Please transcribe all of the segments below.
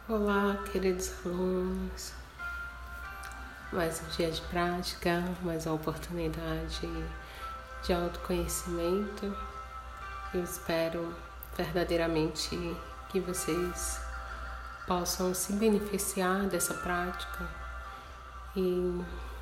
Olá, queridos alunos. Mais um dia de prática, mais uma oportunidade de autoconhecimento. Eu espero verdadeiramente que vocês possam se beneficiar dessa prática e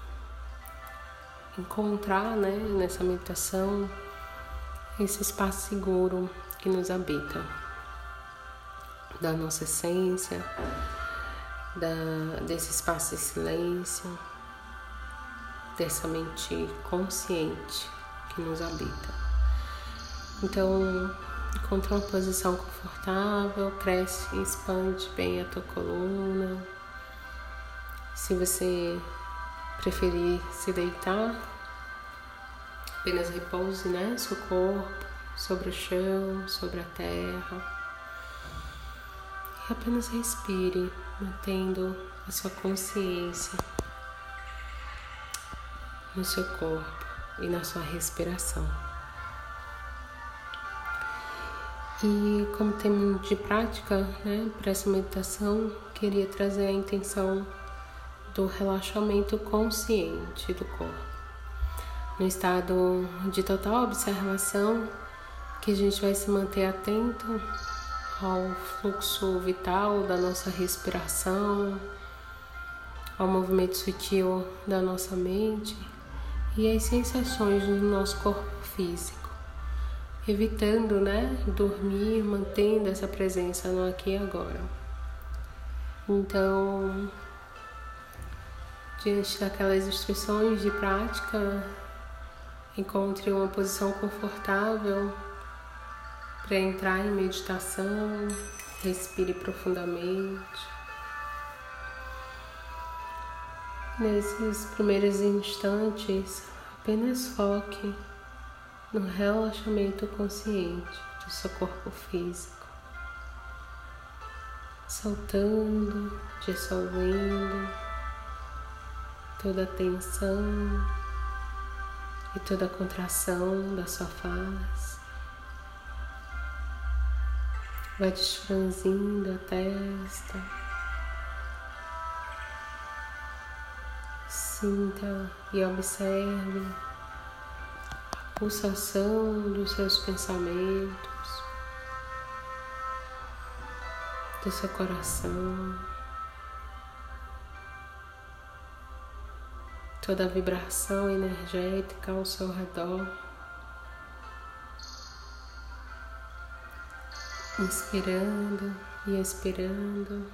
encontrar, nessa meditação esse espaço seguro que nos habita, da nossa essência, desse espaço de silêncio, dessa mente consciente que nos habita. Então, encontre uma posição confortável, cresce e expande bem a tua coluna. Se você preferir se deitar, apenas repouse, seu corpo sobre o chão, sobre a terra. E apenas respire, mantendo a sua consciência no seu corpo e na sua respiração. E como tema de prática, para essa meditação, queria trazer a intenção do relaxamento consciente do corpo. No estado de total observação, que a gente vai se manter atento ao fluxo vital da nossa respiração, ao movimento sutil da nossa mente e às sensações do nosso corpo físico, evitando, dormir, mantendo essa presença no aqui e agora. Então, diante daquelas instruções de prática, encontre uma posição confortável para entrar em meditação. Respire profundamente. Nesses primeiros instantes, apenas foque no relaxamento consciente do seu corpo físico, soltando, dissolvendo toda a tensão e toda a contração da sua face. Vai desfranzindo a testa. Sinta e observe a pulsação dos seus pensamentos, do seu coração, toda a vibração energética ao seu redor. Inspirando e expirando,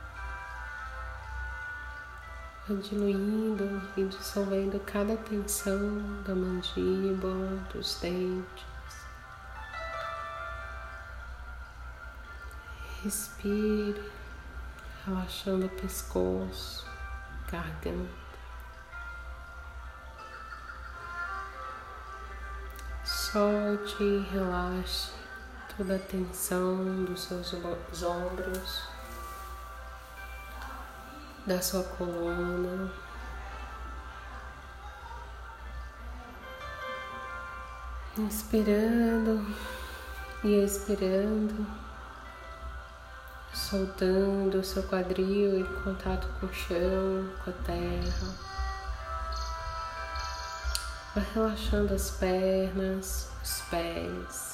diluindo e dissolvendo cada tensão da mandíbula, dos dentes. Respire, relaxando o pescoço, garganta. Solte e relaxe toda a tensão dos seus ombros, da sua coluna. Inspirando e expirando, soltando o seu quadril em contato com o chão, com a terra. Vai relaxando as pernas, os pés.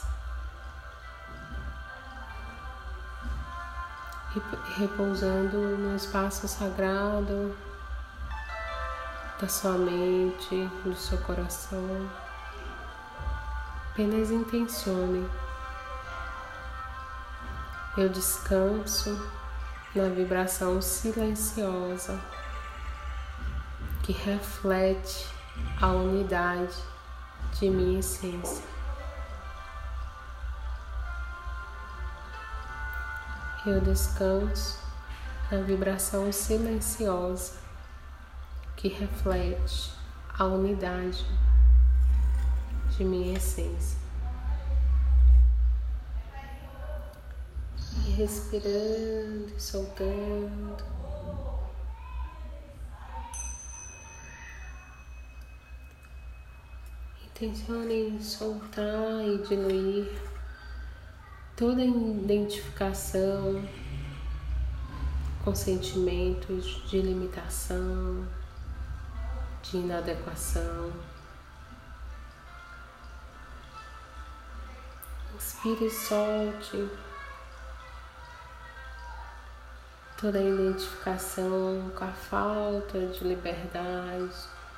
Repousando no espaço sagrado da sua mente, do seu coração. Apenas intencione: eu descanso na vibração silenciosa que reflete a unidade de minha essência. Eu descanso na vibração silenciosa que reflete a unidade de minha essência. E respirando e soltando. Intencione soltar e diluir toda identificação com sentimentos de limitação, de inadequação. Inspire e solte toda a identificação com a falta de liberdade.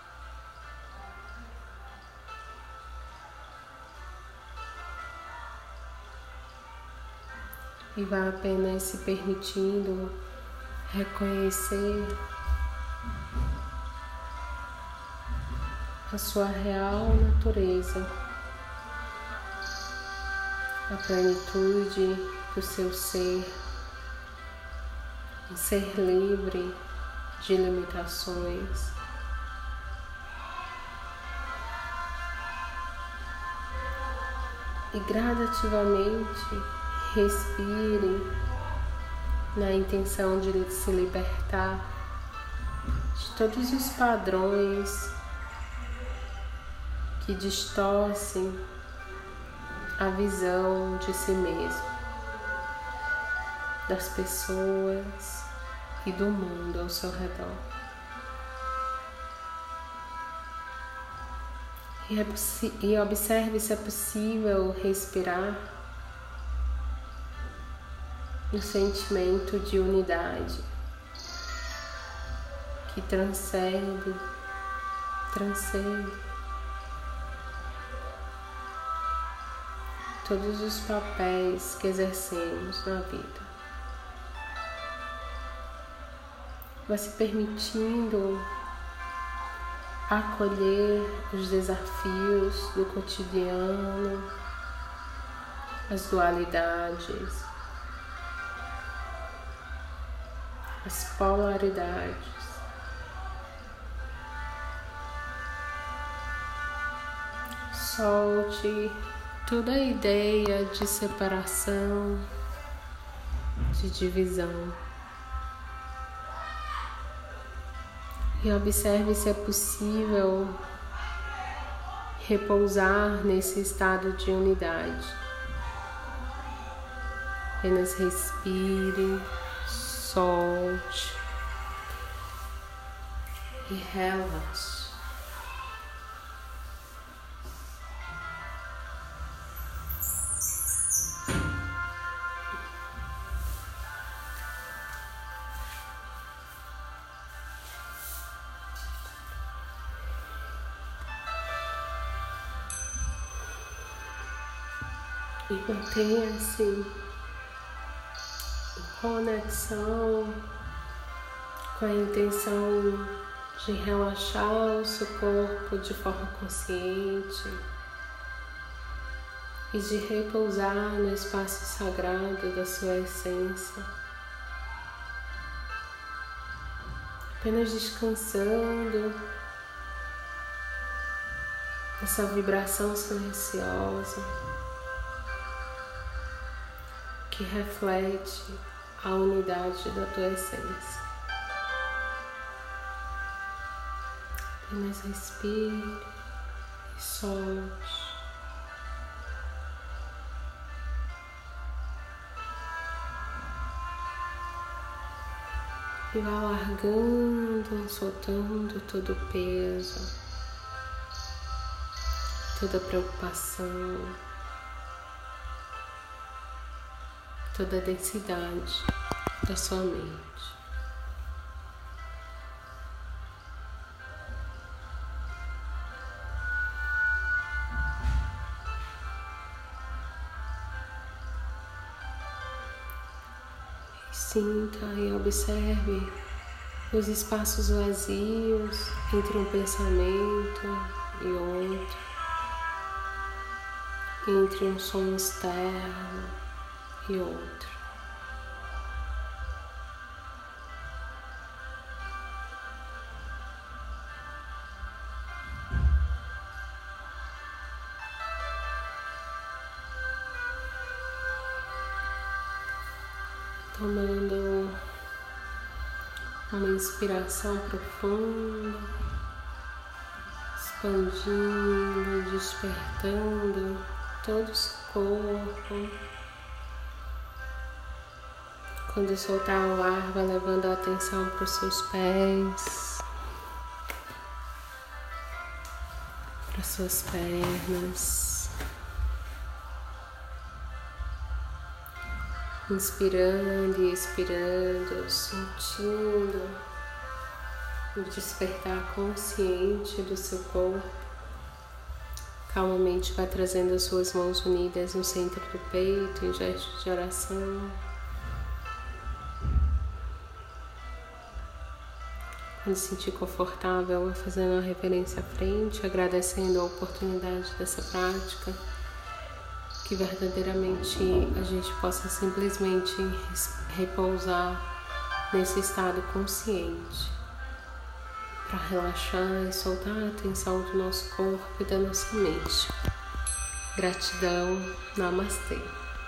E vá apenas se permitindo reconhecer a sua real natureza, a plenitude do seu ser, um ser livre de limitações. E gradativamente respire na intenção de se libertar de todos os padrões que distorcem a visão de si mesmo, das pessoas e do mundo ao seu redor. E observe se é possível respirar um sentimento de unidade que transcende todos os papéis que exercemos na vida. Vai se permitindo acolher os desafios do cotidiano, as dualidades, as polaridades. Solte toda a ideia de separação, de divisão. E observe se é possível repousar nesse estado de unidade. Apenas respire, solte e relaxe. E mantenha-se em conexão com a intenção de relaxar o seu corpo de forma consciente e de repousar no espaço sagrado da sua essência, apenas descansando essa vibração silenciosa que reflete a unidade da tua essência. Apenas respire e solte. E vá largando, soltando todo o peso, toda a preocupação, toda a densidade da sua mente. Sinta e observe os espaços vazios entre um pensamento e outro, entre um som externo e outro. Tomando uma inspiração profunda, expandindo, despertando todo o seu corpo, Quando soltar o ar, vai levando a atenção para os seus pés, para suas pernas. Inspirando e expirando, sentindo o despertar consciente do seu corpo. Calmamente vai trazendo as suas mãos unidas no centro do peito, em gesto de oração. Quando se sentir confortável, vai fazendo uma reverência à frente, agradecendo a oportunidade dessa prática, que verdadeiramente a gente possa simplesmente repousar nesse estado consciente, para relaxar e soltar a tensão do nosso corpo e da nossa mente. Gratidão. Namastê.